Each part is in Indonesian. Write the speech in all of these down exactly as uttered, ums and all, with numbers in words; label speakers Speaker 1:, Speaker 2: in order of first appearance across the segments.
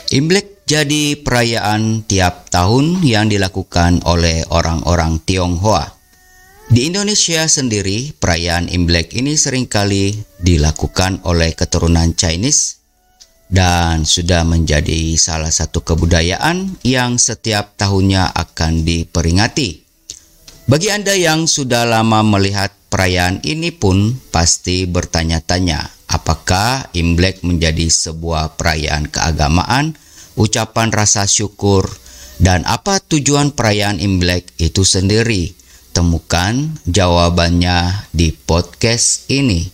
Speaker 1: Imlek jadi perayaan tiap tahun yang dilakukan oleh orang-orang Tionghoa. Di Indonesia sendiri, perayaan Imlek ini seringkali dilakukan oleh keturunan Chinese dan sudah menjadi salah satu kebudayaan yang setiap tahunnya akan diperingati. Bagi Anda yang sudah lama melihat perayaan ini pun pasti bertanya-tanya, apakah Imlek menjadi sebuah perayaan keagamaan, ucapan rasa syukur, dan apa tujuan perayaan Imlek itu sendiri? Temukan jawabannya di podcast ini.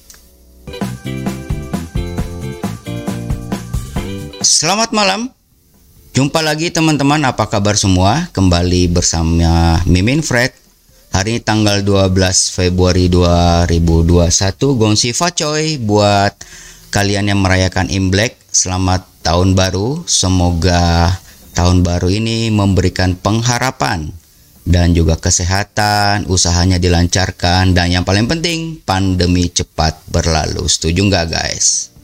Speaker 1: Selamat malam. Jumpa lagi teman-teman, apa kabar semua? Kembali bersama Mimin Fred. Hari ini tanggal dua belas Februari dua ribu dua puluh satu. Gongsi Fa Choi buat kalian yang merayakan Imlek. Selamat tahun baru. Semoga tahun baru ini memberikan pengharapan dan juga kesehatan, usahanya dilancarkan, dan yang paling penting pandemi cepat berlalu. Setuju nggak guys?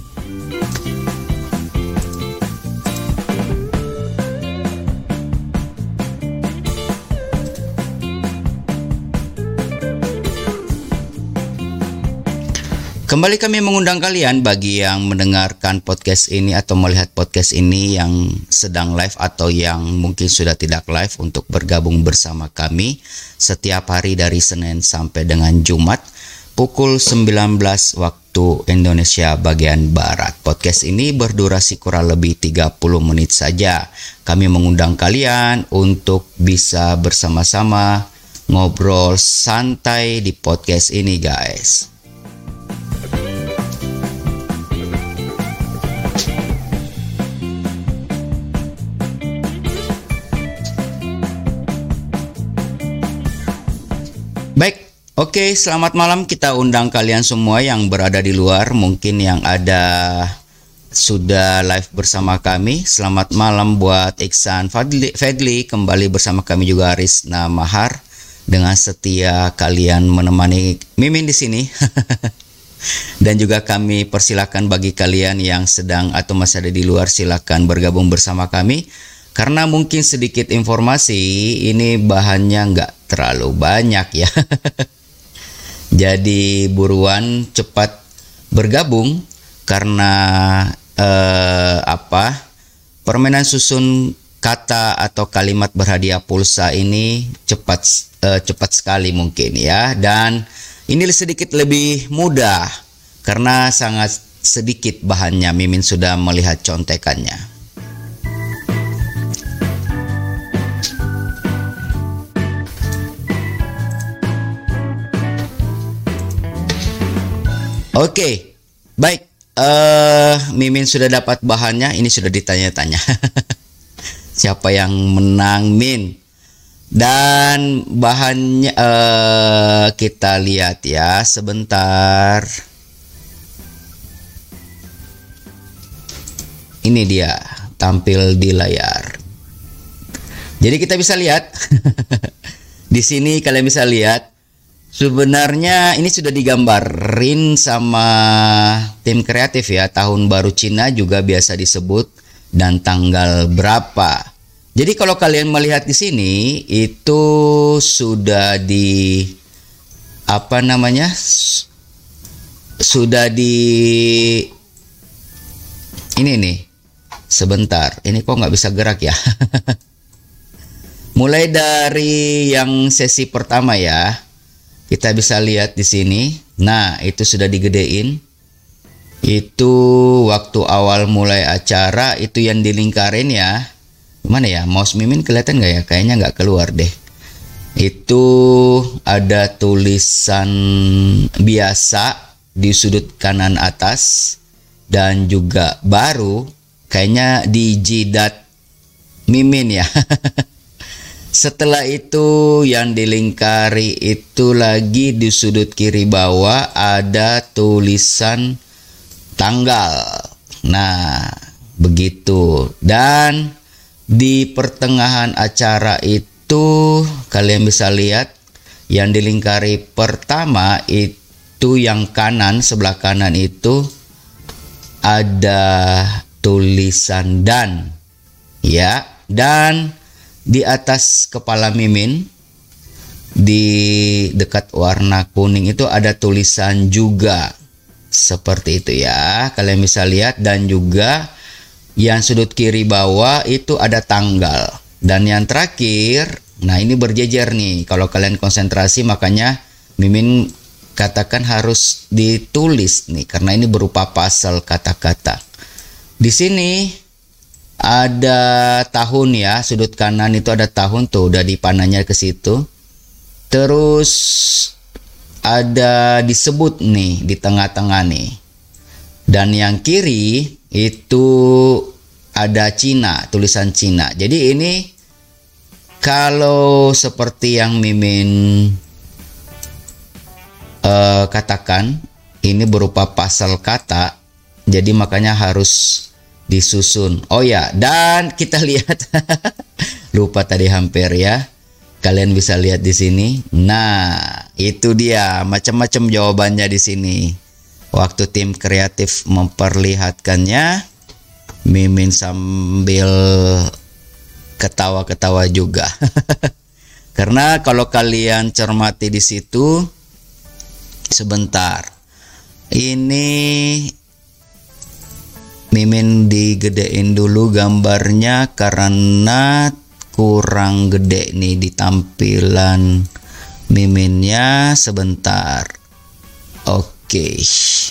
Speaker 1: Kembali kami mengundang kalian bagi yang mendengarkan podcast ini atau melihat podcast ini yang sedang live atau yang mungkin sudah tidak live untuk bergabung bersama kami setiap hari dari Senin sampai dengan Jumat pukul sembilan belas waktu Indonesia bagian Barat. Podcast ini berdurasi kurang lebih tiga puluh menit saja. Kami mengundang kalian untuk bisa bersama-sama ngobrol santai di podcast ini guys. Baik, oke, selamat malam. Kita undang kalian semua yang berada di luar, mungkin yang ada sudah live bersama kami. Selamat malam buat Iksan Fadli, Fadli kembali bersama kami juga Rizna Mahar. Dengan setia kalian menemani Mimin di sini. Dan juga kami persilakan bagi kalian yang sedang atau masih ada di luar, silakan bergabung bersama kami. Karena mungkin sedikit informasi, ini bahannya nggak terlalu banyak ya. Jadi buruan cepat bergabung karena eh, apa permainan susun kata atau kalimat berhadiah pulsa ini cepat eh, cepat sekali mungkin ya. Dan ini sedikit lebih mudah karena sangat sedikit bahannya. Mimin sudah melihat contekannya. Oke, okay, baik. Uh, Mimin sudah dapat bahannya. Ini sudah ditanya-tanya. Siapa yang menang, Min? Dan bahannya uh, kita lihat ya sebentar. Ini dia tampil di layar. Jadi kita bisa lihat. Di sini kalian bisa lihat. Sebenarnya ini sudah digambarin sama tim kreatif ya. Tahun baru Cina juga biasa disebut dan tanggal berapa. Jadi kalau kalian melihat di sini itu sudah di apa namanya? Sudah di ini nih. Sebentar, ini kok nggak bisa gerak ya. Mulai dari yang sesi pertama ya. Kita bisa lihat di sini. Nah, itu sudah digedein. Itu waktu awal mulai acara itu yang dilingkarin ya. Mana ya? Mouse Mimin kelihatan nggak ya? Kayaknya nggak keluar deh. Itu ada tulisan biasa di sudut kanan atas dan juga baru kayaknya di jidat Mimin ya. Setelah itu yang dilingkari itu lagi di sudut kiri bawah ada tulisan tanggal. Nah, begitu. Dan di pertengahan acara itu kalian bisa lihat yang dilingkari pertama itu yang kanan, sebelah kanan itu ada tulisan dan, ya. Dan di atas kepala Mimin, di dekat warna kuning itu ada tulisan juga. Seperti itu ya, kalian bisa lihat. Dan juga yang sudut kiri bawah itu ada tanggal. Dan yang terakhir, nah ini berjejer nih. Kalau kalian konsentrasi, makanya Mimin katakan harus ditulis nih, karena ini berupa pasal kata-kata. Di sini ada tahun ya, sudut kanan itu ada tahun tuh, udah dipanahnya ke situ. Terus ada disebut nih di tengah-tengah nih. Dan yang kiri itu ada Cina, tulisan Cina. Jadi ini kalau seperti yang Mimin uh, katakan, ini berupa pasal kata, jadi makanya harus disusun. Oh ya, dan kita lihat lupa tadi hampir ya. Kalian bisa lihat di sini. Nah, itu dia macam-macam jawabannya di sini. Waktu tim kreatif memperlihatkannya, Mimin sambil ketawa-ketawa juga. Karena kalau kalian cermati di situ, sebentar. Ini Mimin digedein dulu gambarnya karena kurang gede nih di tampilan Miminnya. Sebentar. Oke.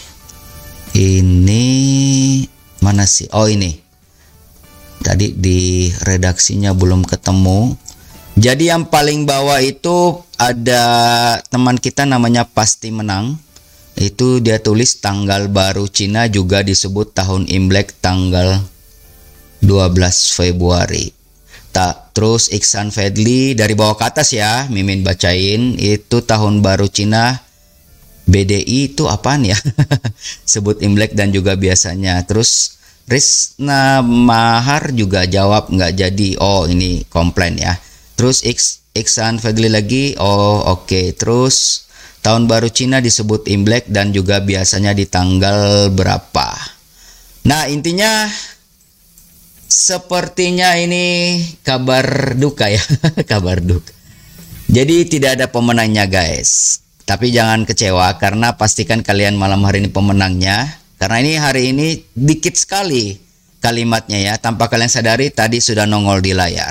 Speaker 1: Ini mana sih? Oh ini. Tadi di redaksinya belum ketemu. Jadi yang paling bawah itu ada teman kita namanya Pasti Menang. Itu dia tulis tanggal baru Cina, juga disebut tahun Imlek tanggal dua belas Februari. Tak, terus Iksan Fedli dari bawah ke atas ya, Mimin bacain, itu tahun baru Cina. B D I itu apaan ya? Sebut Imlek dan juga biasanya. Terus Rizna Mahar juga jawab nggak jadi. Oh ini komplain ya. Terus X, Iksan Fedli lagi. Oh oke. Okay. Terus tahun baru Cina disebut Imlek dan juga biasanya di tanggal berapa. Nah intinya sepertinya ini kabar duka ya. Kabar duka. Jadi tidak ada pemenangnya guys. Tapi jangan kecewa karena pastikan kalian malam hari ini pemenangnya. Karena ini hari ini dikit sekali kalimatnya ya. Tanpa kalian sadari tadi sudah nongol di layar.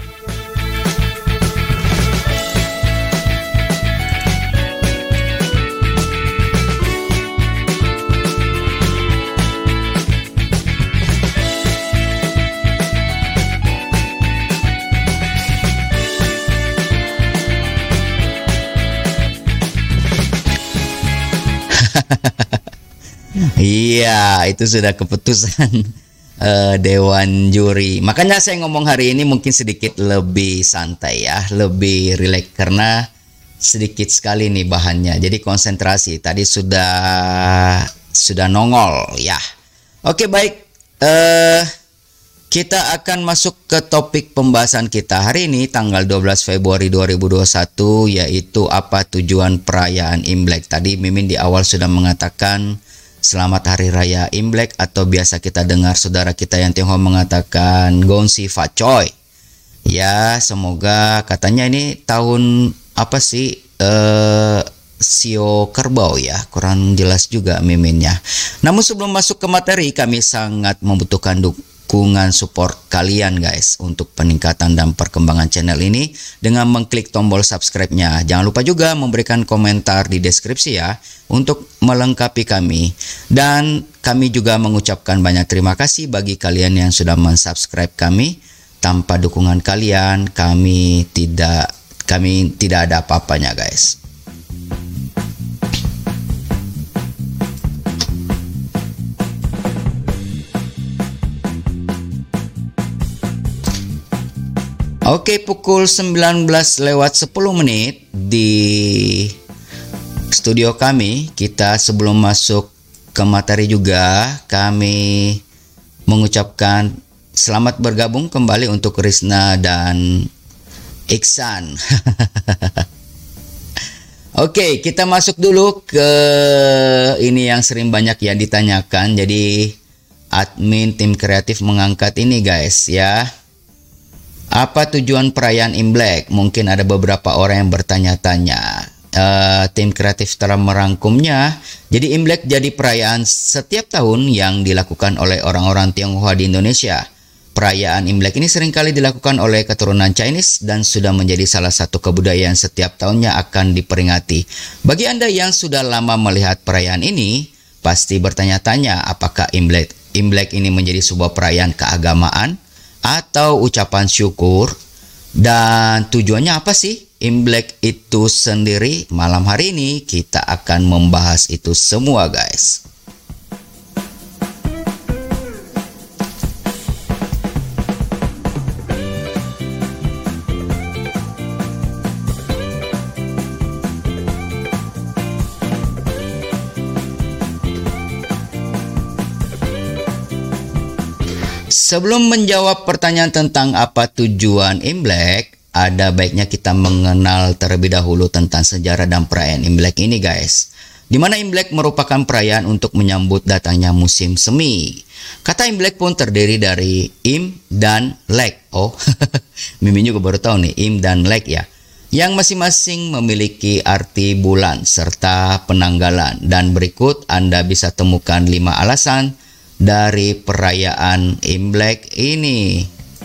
Speaker 1: Iya, itu sudah keputusan uh, Dewan Juri. Makanya saya ngomong hari ini mungkin sedikit lebih santai ya, lebih rileks karena sedikit sekali nih bahannya. Jadi konsentrasi. Tadi sudah sudah nongol ya. Oke baik, uh, kita akan masuk ke topik pembahasan kita hari ini tanggal dua belas Februari dua ribu dua puluh satu, yaitu apa tujuan perayaan Imlek. Tadi Mimin di awal sudah mengatakan Selamat Hari Raya Imlek, atau biasa kita dengar saudara kita yang Tionghoa mengatakan Gongxi Fa Choi. Ya, semoga katanya ini tahun apa sih? Eh, Sio Kerbau ya, kurang jelas juga miminnya. Namun sebelum masuk ke materi, kami sangat membutuhkan dukungan support kalian guys untuk peningkatan dan perkembangan channel ini dengan mengklik tombol subscribe-nya. Jangan lupa juga memberikan komentar di deskripsi ya untuk melengkapi kami. Dan kami juga mengucapkan banyak terima kasih bagi kalian yang sudah mensubscribe kami. Tanpa dukungan kalian kami tidak kami tidak ada apa-apanya guys. Oke, pukul sembilan belas lewat sepuluh menit di studio kami. Kita sebelum masuk ke materi juga kami mengucapkan selamat bergabung kembali untuk Rizna dan Iksan. Oke, kita masuk dulu ke ini yang sering banyak ya ditanyakan. Jadi admin tim kreatif mengangkat ini guys ya. Apa tujuan perayaan Imlek? Mungkin ada beberapa orang yang bertanya-tanya. Uh, tim kreatif telah merangkumnya. Jadi Imlek jadi perayaan setiap tahun yang dilakukan oleh orang-orang Tionghoa di Indonesia. Perayaan Imlek ini seringkali dilakukan oleh keturunan Chinese dan sudah menjadi salah satu kebudayaan setiap tahunnya akan diperingati. Bagi Anda yang sudah lama melihat perayaan ini, pasti bertanya-tanya apakah Imlek, Imlek ini menjadi sebuah perayaan keagamaan atau ucapan syukur, dan tujuannya apa sih Imlek itu sendiri? Malam hari ini kita akan membahas itu semua guys. Sebelum menjawab pertanyaan tentang apa tujuan Imlek, ada baiknya kita mengenal terlebih dahulu tentang sejarah dan perayaan Imlek ini guys. Di mana Imlek merupakan perayaan untuk menyambut datangnya musim semi. Kata Imlek pun terdiri dari Im dan Lek. Oh, Mimin juga baru tahu nih, Im dan Lek ya. Yang masing-masing memiliki arti bulan serta penanggalan. Dan berikut Anda bisa temukan lima alasan dari perayaan Imlek ini.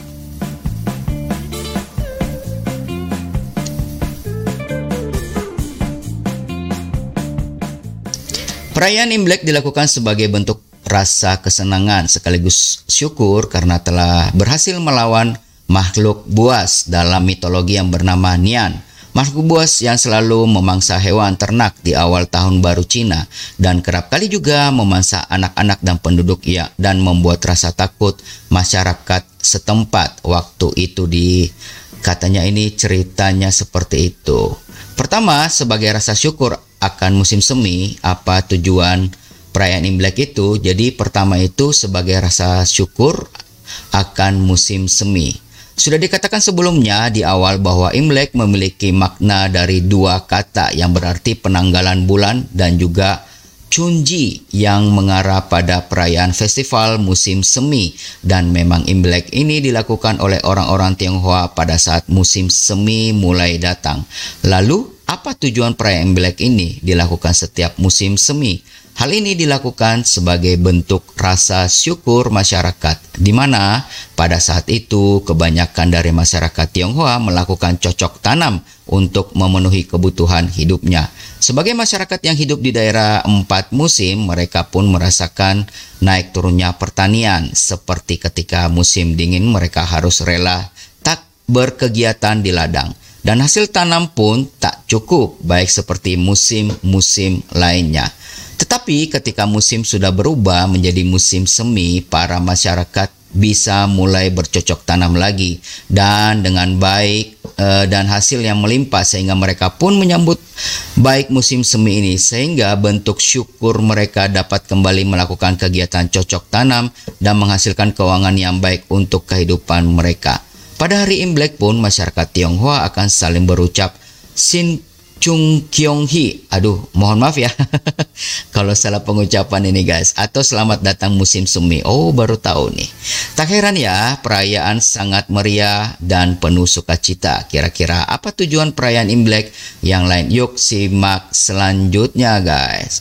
Speaker 1: Perayaan Imlek dilakukan sebagai bentuk rasa kesenangan sekaligus syukur karena telah berhasil melawan makhluk buas dalam mitologi yang bernama Nian. Makhluk buas yang selalu memangsa hewan ternak di awal tahun baru Cina dan kerap kali juga memangsa anak-anak dan penduduk ya, dan membuat rasa takut masyarakat setempat waktu itu. Di katanya ini ceritanya seperti itu. Pertama, sebagai rasa syukur akan musim semi. Apa tujuan perayaan Imlek itu? Jadi pertama itu sebagai rasa syukur akan musim semi. Sudah dikatakan sebelumnya di awal bahwa Imlek memiliki makna dari dua kata yang berarti penanggalan bulan dan juga Chunji yang mengarah pada perayaan festival musim semi. Dan memang Imlek ini dilakukan oleh orang-orang Tionghoa pada saat musim semi mulai datang. Lalu apa tujuan perayaan Imlek ini dilakukan setiap musim semi? Hal ini dilakukan sebagai bentuk rasa syukur masyarakat, di mana pada saat itu kebanyakan dari masyarakat Tionghoa melakukan cocok tanam untuk memenuhi kebutuhan hidupnya. Sebagai masyarakat yang hidup di daerah empat musim, mereka pun merasakan naik turunnya pertanian. Seperti ketika musim dingin, mereka harus rela tak berkegiatan di ladang. Dan hasil tanam pun tak cukup, baik seperti musim-musim lainnya. Tetapi ketika musim sudah berubah menjadi musim semi, para masyarakat bisa mulai bercocok tanam lagi dan dengan baik e, dan hasil yang melimpah, sehingga mereka pun menyambut baik musim semi ini, sehingga bentuk syukur mereka dapat kembali melakukan kegiatan cocok tanam dan menghasilkan keuangan yang baik untuk kehidupan mereka. Pada hari Imlek pun masyarakat Tionghoa akan saling berucap Sin Chung Kyong Hee. Aduh, mohon maaf ya kalau salah pengucapan ini guys. Atau selamat datang musim semi. Oh, baru tahu nih. Tak heran ya, perayaan sangat meriah dan penuh sukacita. Kira-kira apa tujuan perayaan Imlek yang lain? Yuk simak selanjutnya guys.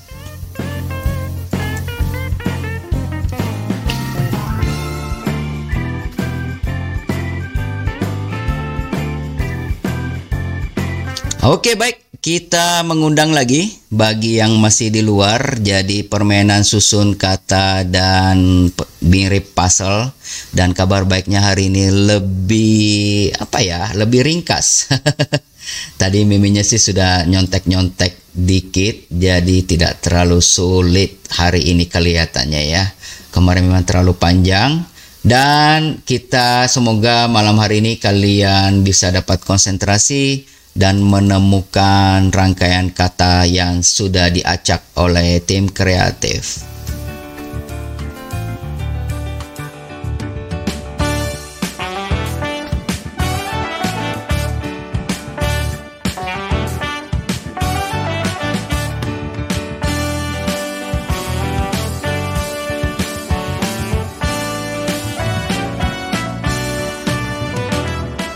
Speaker 1: Oke, baik. Kita mengundang lagi bagi yang masih di luar, jadi permainan susun kata dan mirip puzzle. Dan kabar baiknya hari ini lebih apa ya, lebih ringkas. Tadi Miminya sih sudah nyontek-nyontek dikit, jadi tidak terlalu sulit hari ini kelihatannya ya. Kemarin memang terlalu panjang. Dan kita semoga malam hari ini kalian bisa dapat konsentrasi dan menemukan rangkaian kata yang sudah diacak oleh tim kreatif.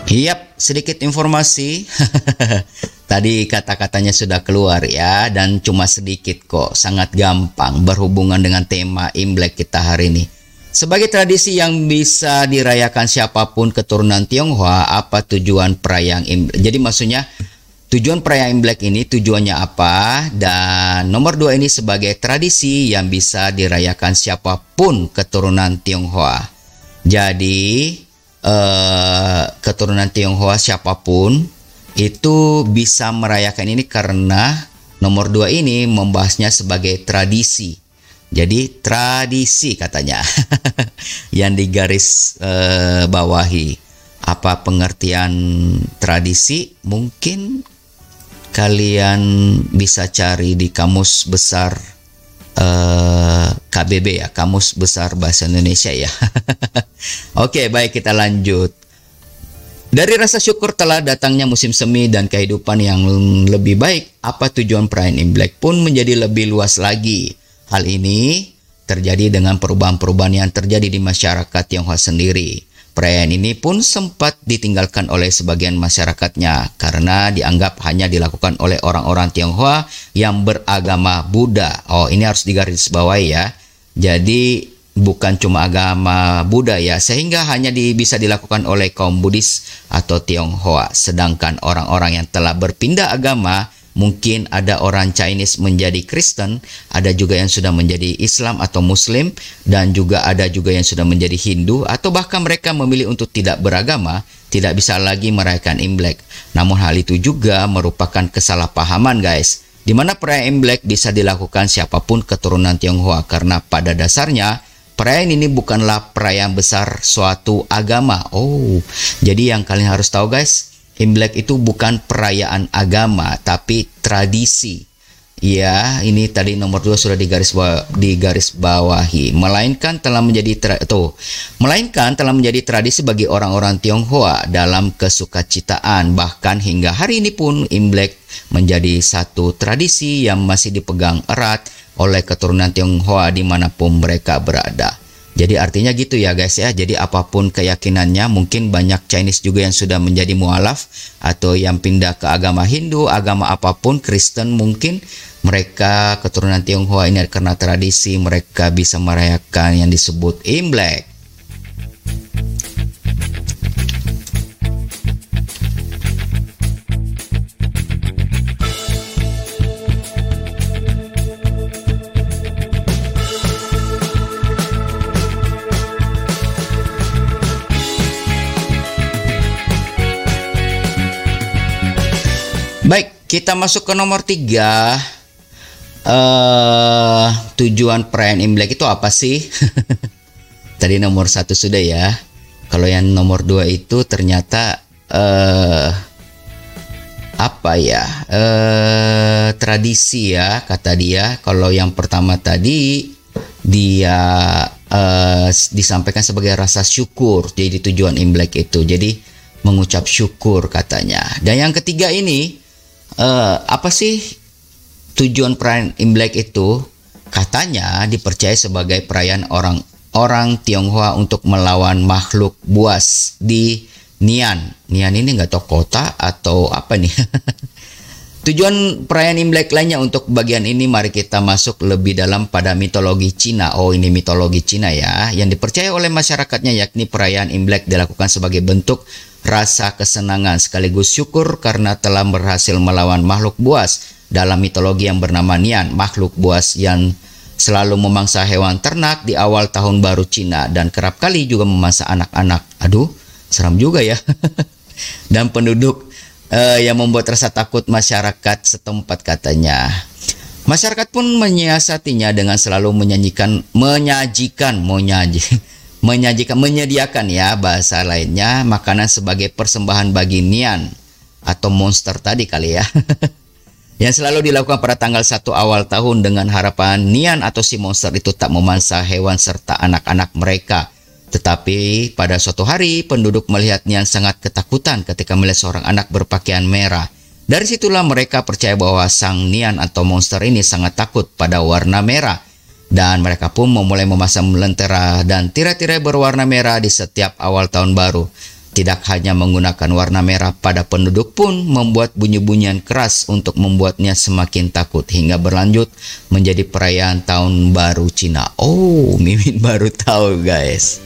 Speaker 1: Yap, sedikit informasi. Tadi kata-katanya sudah keluar ya, dan cuma sedikit kok, sangat gampang berhubungan dengan tema Imlek kita hari ini. Sebagai tradisi yang bisa dirayakan siapapun keturunan Tionghoa, apa tujuan perayaan Imlek? Jadi maksudnya tujuan perayaan Imlek ini tujuannya apa? Dan nomor dua ini sebagai tradisi yang bisa dirayakan siapapun keturunan Tionghoa. Jadi eh, keturunan Tionghoa siapapun itu bisa merayakan ini karena nomor dua ini membahasnya sebagai tradisi. Jadi tradisi katanya yang digaris eh, bawahi. Apa pengertian tradisi? Mungkin kalian bisa cari di kamus besar eh, K B B ya, Kamus Besar Bahasa Indonesia ya. Oke, baik, kita lanjut. Dari rasa syukur telah datangnya musim semi dan kehidupan yang lebih baik, apa tujuan perayaan Imlek pun menjadi lebih luas lagi. Hal ini terjadi dengan perubahan-perubahan yang terjadi di masyarakat Tionghoa sendiri. Perayaan ini pun sempat ditinggalkan oleh sebagian masyarakatnya karena dianggap hanya dilakukan oleh orang-orang Tionghoa yang beragama Buddha. Oh, ini harus digarisbawahi ya. Jadi bukan cuma agama Buddha ya, sehingga hanya di, bisa dilakukan oleh kaum Buddhis atau Tionghoa. Sedangkan orang-orang yang telah berpindah agama, mungkin ada orang Chinese menjadi Kristen, ada juga yang sudah menjadi Islam atau Muslim, dan juga ada juga yang sudah menjadi Hindu, atau bahkan mereka memilih untuk tidak beragama, tidak bisa lagi merayakan Imlek. Namun hal itu juga merupakan kesalahpahaman guys, di mana perayaan Imlek bisa dilakukan siapapun keturunan Tionghoa, karena pada dasarnya perayaan ini bukanlah perayaan besar suatu agama. Oh, jadi yang kalian harus tahu guys, Imlek itu bukan perayaan agama, tapi tradisi. Ya, ini tadi nomor dua sudah digaris bawah, digaris bawahi. Melainkan telah menjadi tra tuh, melainkan telah menjadi tradisi bagi orang-orang Tionghoa dalam kesukacitaan. Bahkan hingga hari ini pun Imlek menjadi satu tradisi yang masih dipegang erat oleh keturunan Tionghoa dimanapun mereka berada. Jadi artinya gitu ya guys ya. Jadi apapun keyakinannya, mungkin banyak Chinese juga yang sudah menjadi mualaf atau yang pindah ke agama Hindu, agama apapun, Kristen mungkin. Mereka keturunan Tionghoa ini karena tradisi mereka bisa merayakan yang disebut Imlek. Baik, kita masuk ke nomor tiga. Uh, tujuan perayaan Imlek itu apa sih? Tadi nomor satu sudah ya. Kalau yang nomor dua itu ternyata uh, apa ya? Uh, tradisi ya kata dia. Kalau yang pertama tadi dia uh, disampaikan sebagai rasa syukur. Jadi tujuan Imlek itu. Jadi mengucap syukur katanya. Dan yang ketiga ini Uh, apa sih tujuan perayaan Imlek itu? Katanya dipercaya sebagai perayaan orang-orang Tionghoa untuk melawan makhluk buas di Nian. Nian ini nggak tahu kota atau apa nih. Tujuan perayaan Imlek lainnya untuk bagian ini mari kita masuk lebih dalam pada mitologi Cina. Oh, ini mitologi Cina ya, yang dipercaya oleh masyarakatnya, yakni perayaan Imlek dilakukan sebagai bentuk rasa kesenangan sekaligus syukur karena telah berhasil melawan makhluk buas. Dalam mitologi yang bernama Nian, makhluk buas yang selalu memangsa hewan ternak di awal tahun baru Cina dan kerap kali juga memangsa anak-anak. Aduh, seram juga ya. Dan penduduk eh, yang membuat rasa takut masyarakat setempat katanya. Masyarakat pun menyiasatinya dengan selalu menyanyikan, menyajikan, menyaji. menyajikan menyediakan ya bahasa lainnya makanan sebagai persembahan bagi Nian atau monster tadi kali ya. Yang selalu dilakukan pada tanggal satu awal tahun dengan harapan Nian atau si monster itu tak memangsa hewan serta anak-anak mereka. Tetapi pada suatu hari penduduk melihat Nian sangat ketakutan ketika melihat seorang anak berpakaian merah. Dari situlah mereka percaya bahwa sang Nian atau monster ini sangat takut pada warna merah. Dan mereka pun memulai memasang lentera dan tirai-tirai berwarna merah di setiap awal tahun baru. Tidak hanya menggunakan warna merah pada penduduk pun membuat bunyi-bunyian keras untuk membuatnya semakin takut hingga berlanjut menjadi perayaan Tahun Baru Cina. Oh, Mimin baru tahu guys.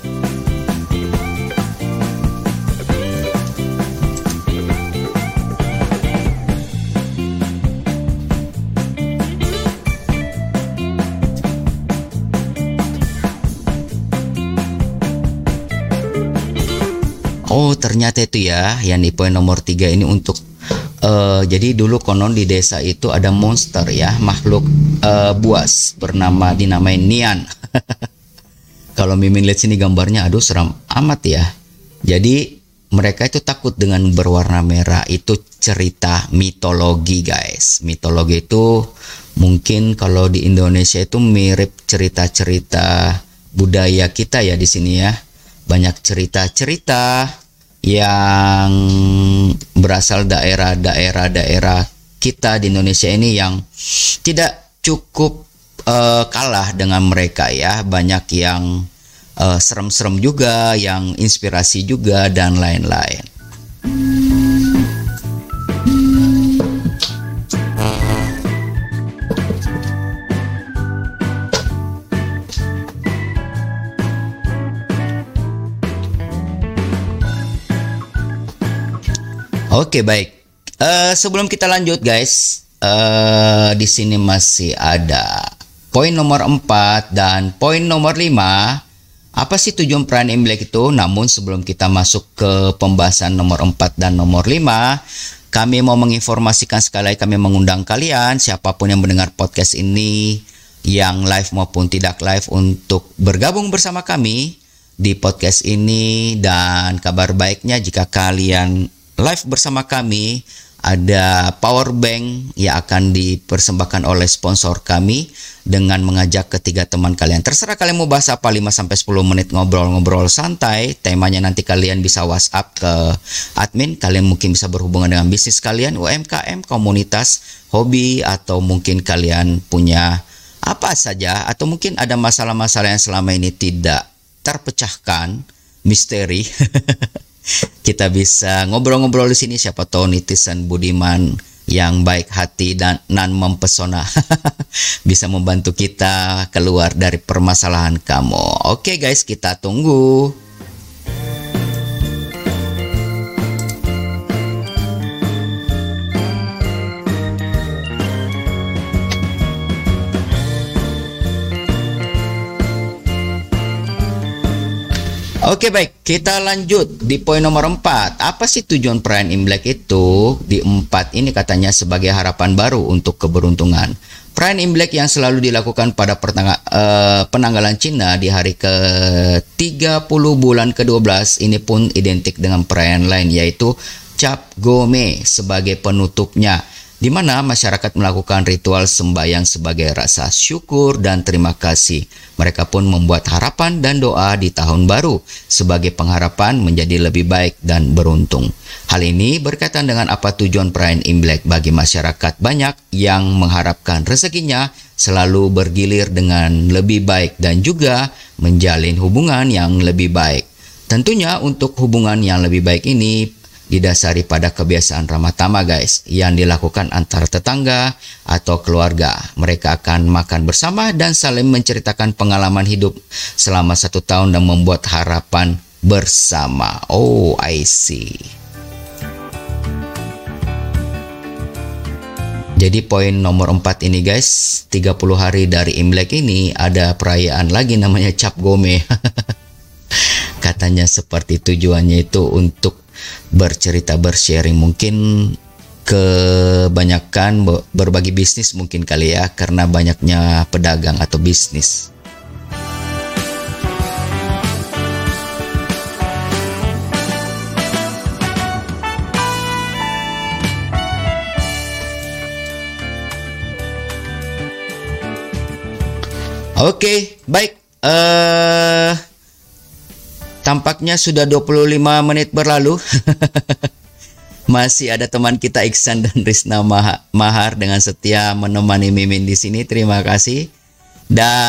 Speaker 1: Oh, ternyata itu ya yang di poin nomor tiga ini untuk uh, jadi dulu konon di desa itu ada monster ya, makhluk uh, buas bernama dinamain Nian. Kalau Mimin lihat sini gambarnya, aduh seram amat ya. Jadi mereka itu takut dengan berwarna merah. Itu cerita mitologi guys. Mitologi itu mungkin kalau di Indonesia itu mirip cerita-cerita budaya kita ya di sini ya. Banyak cerita-cerita yang berasal daerah-daerah daerah kita di Indonesia ini yang tidak cukup uh, kalah dengan mereka ya. Banyak yang uh, serem-serem juga, yang inspirasi juga dan lain-lain. Oke, baik. Uh, sebelum kita lanjut, guys, uh, di sini masih ada poin nomor empat dan poin nomor lima. Apa sih tujuan perayaan Imlek itu? Namun sebelum kita masuk ke pembahasan nomor empat dan nomor lima, kami mau menginformasikan sekali lagi, kami mengundang kalian, siapapun yang mendengar podcast ini, yang live maupun tidak live, untuk bergabung bersama kami di podcast ini. Dan kabar baiknya, jika kalian live bersama kami, ada power bank yang akan dipersembahkan oleh sponsor kami dengan mengajak ketiga teman kalian. Terserah kalian mau bahas apa, lima sampai sepuluh menit ngobrol-ngobrol santai. Temanya nanti kalian bisa WhatsApp ke admin. Kalian mungkin bisa berhubungan dengan bisnis kalian, U M K M, komunitas, hobi, atau mungkin kalian punya apa saja, atau mungkin ada masalah-masalah yang selama ini tidak terpecahkan, misteri. Kita bisa ngobrol-ngobrol di sini, siapa tahu netizen budiman yang baik hati dan nan mempesona bisa membantu kita keluar dari permasalahan kamu. Oke guys, kita tunggu. Oke, baik, kita lanjut di poin nomor empat. Apa sih tujuan perayaan Imlek itu? Di empat ini katanya sebagai harapan baru untuk keberuntungan. Perayaan Imlek yang selalu dilakukan pada pertangga, eh, penanggalan Cina di hari ke tiga puluh bulan ke dua belas ini pun identik dengan perayaan lain, yaitu Cap Gome sebagai penutupnya, di mana masyarakat melakukan ritual sembahyang sebagai rasa syukur dan terima kasih. Mereka pun membuat harapan dan doa di tahun baru sebagai pengharapan menjadi lebih baik dan beruntung. Hal ini berkaitan dengan apa tujuan perayaan Imlek bagi masyarakat. Banyak yang mengharapkan rezekinya selalu bergilir dengan lebih baik dan juga menjalin hubungan yang lebih baik. Tentunya untuk hubungan yang lebih baik ini didasari pada kebiasaan ramah tamah guys, yang dilakukan antara tetangga atau keluarga. Mereka akan makan bersama dan saling menceritakan pengalaman hidup selama satu tahun dan membuat harapan bersama. Oh, I see. Jadi poin nomor empat ini guys, tiga puluh hari dari Imlek ini ada perayaan lagi namanya Cap Gome. Katanya seperti tujuannya itu untuk bercerita, bersharing, mungkin kebanyakan berbagi bisnis mungkin kali ya, karena banyaknya pedagang atau bisnis. Oke, baik. Uh, tampaknya sudah dua puluh lima menit berlalu. Masih ada teman kita Iksan dan Rizna Mahar dengan setia menemani Mimin di sini. Terima kasih.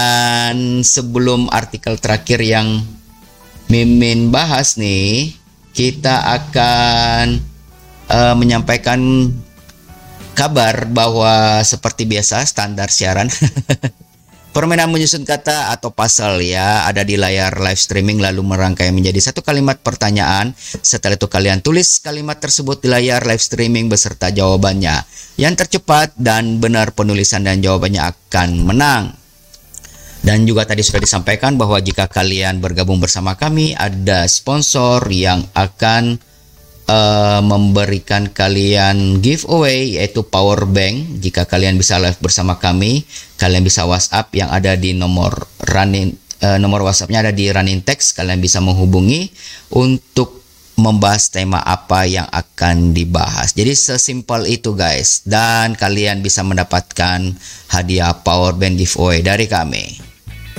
Speaker 1: Dan sebelum artikel terakhir yang Mimin bahas nih, kita akan uh, menyampaikan kabar bahwa seperti biasa standar siaran permainan menyusun kata atau puzzle ya ada di layar live streaming lalu merangkai menjadi satu kalimat pertanyaan. Setelah itu kalian tulis kalimat tersebut di layar live streaming beserta jawabannya. Yang tercepat dan benar penulisan dan jawabannya akan menang. Dan juga tadi sudah disampaikan bahwa jika kalian bergabung bersama kami ada sponsor yang akan Uh, memberikan kalian giveaway yaitu power bank. Jika kalian bisa live bersama kami, kalian bisa WhatsApp yang ada di nomor running uh, nomor WhatsAppnya ada di running text. Kalian bisa menghubungi untuk membahas tema apa yang akan dibahas. Jadi sesimpel itu guys, dan kalian bisa mendapatkan hadiah power bank giveaway dari kami.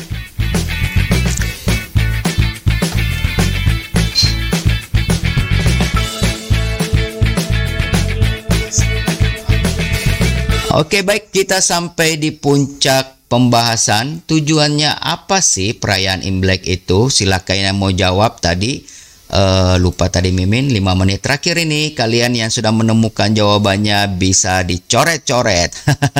Speaker 1: Oke, baik, kita sampai di puncak pembahasan. Tujuannya apa sih perayaan Imlek itu? Silakan yang mau jawab tadi. Uh, lupa tadi Mimin, lima menit terakhir ini kalian yang sudah menemukan jawabannya bisa dicoret-coret.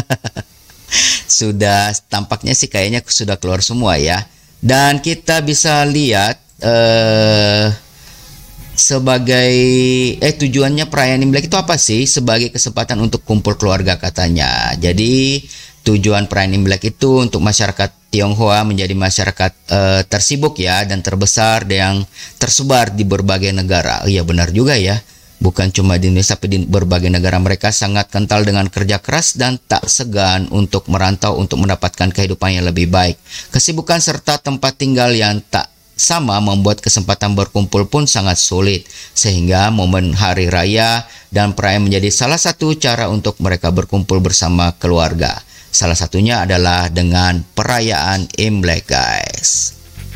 Speaker 1: Sudah tampaknya sih kayaknya sudah keluar semua ya. Dan kita bisa lihat uh, sebagai eh tujuannya perayaan Imlek itu apa sih? Sebagai kesempatan untuk kumpul keluarga katanya. Jadi tujuan perayaan Imlek itu untuk masyarakat Tionghoa menjadi masyarakat eh, tersibuk ya dan terbesar yang tersebar di berbagai negara. Iya benar juga ya. Bukan cuma di Indonesia tapi di berbagai negara. Mereka sangat kental dengan kerja keras dan tak segan untuk merantau untuk mendapatkan kehidupan yang lebih baik. Kesibukan serta tempat tinggal yang tak sama membuat kesempatan berkumpul pun sangat sulit, sehingga momen hari raya dan perayaan menjadi salah satu cara untuk mereka berkumpul bersama keluarga. Salah satunya adalah dengan perayaan Imlek guys.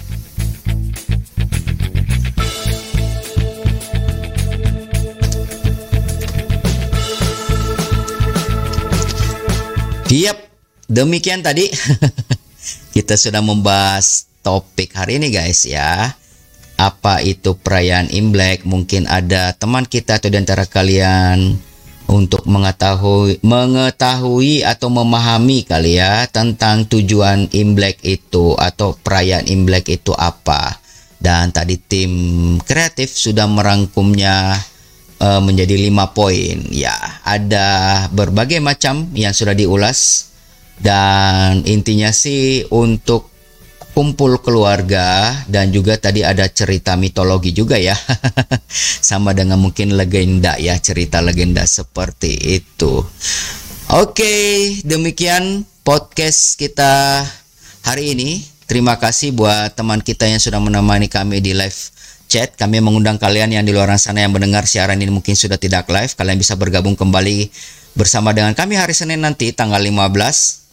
Speaker 1: Yap, demikian tadi kita sudah membahas topik hari ini guys ya. Apa itu perayaan Imlek? Mungkin ada teman kita atau di antara kalian untuk mengetahui mengetahui atau memahami kali ya tentang tujuan Imlek itu atau perayaan Imlek itu apa. Dan tadi tim kreatif sudah merangkumnya uh, menjadi lima poin ya. Ada berbagai macam yang sudah diulas dan intinya sih untuk kumpul keluarga dan juga tadi ada cerita mitologi juga ya. Sama dengan mungkin legenda ya, cerita legenda seperti itu. Oke, demikian podcast kita hari ini. Terima kasih buat teman kita yang sudah menemani kami di live chat. Kami mengundang kalian yang di luar sana yang mendengar siaran ini mungkin sudah tidak live. Kalian bisa bergabung kembali bersama dengan kami hari Senin nanti tanggal lima belas.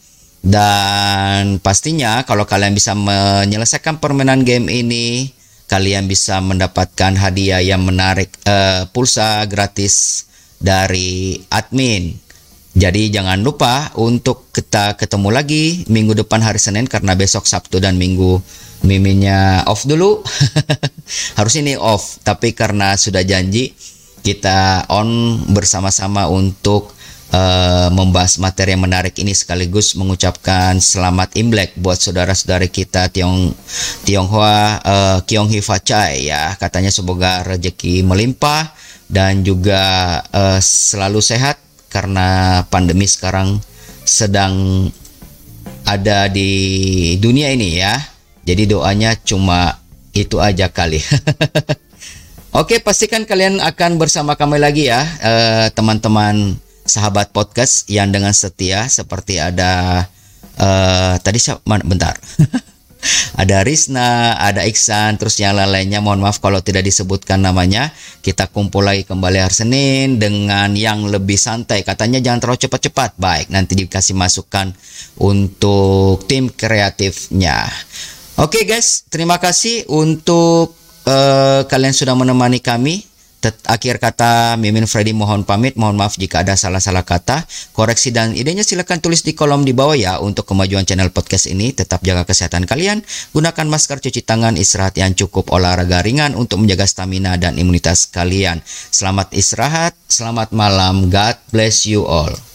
Speaker 1: Dan pastinya kalau kalian bisa menyelesaikan permainan game ini, kalian bisa mendapatkan hadiah yang menarik, uh, pulsa gratis dari admin. Jadi jangan lupa untuk kita ketemu lagi minggu depan hari Senin, karena besok Sabtu dan Minggu Miminnya off dulu. Harus ini off, tapi karena sudah janji kita on bersama-sama untuk Uh, membahas materi yang menarik ini sekaligus mengucapkan selamat Imlek buat saudara-saudari kita Tiong Tionghoa, uh, Kiong Hi Fa Chai ya. Katanya semoga rezeki melimpah dan juga uh, selalu sehat karena pandemi sekarang sedang ada di dunia ini ya. Jadi doanya cuma itu aja kali. Oke, pastikan kalian akan bersama kami lagi ya teman-teman, uh, sahabat podcast yang dengan setia, seperti ada uh, tadi siapa? Bentar. Ada Rizna, ada Iksan, terus yang lain-lainnya. Mohon maaf kalau tidak disebutkan namanya. Kita kumpul lagi kembali hari Senin dengan yang lebih santai. Katanya jangan terlalu cepat-cepat. Baik, nanti dikasih masukan untuk tim kreatifnya. Oke guys, terima kasih untuk uh, kalian sudah menemani kami. Tet akhir kata, Mimin Freddy mohon pamit. Mohon maaf jika ada salah-salah kata. Koreksi dan idenya silakan tulis di kolom di bawah ya. Untuk kemajuan channel podcast ini, tetap jaga kesehatan kalian. Gunakan masker, cuci tangan, istirahat yang cukup, olahraga ringan untuk menjaga stamina dan imunitas kalian. Selamat istirahat, selamat malam. God bless you all.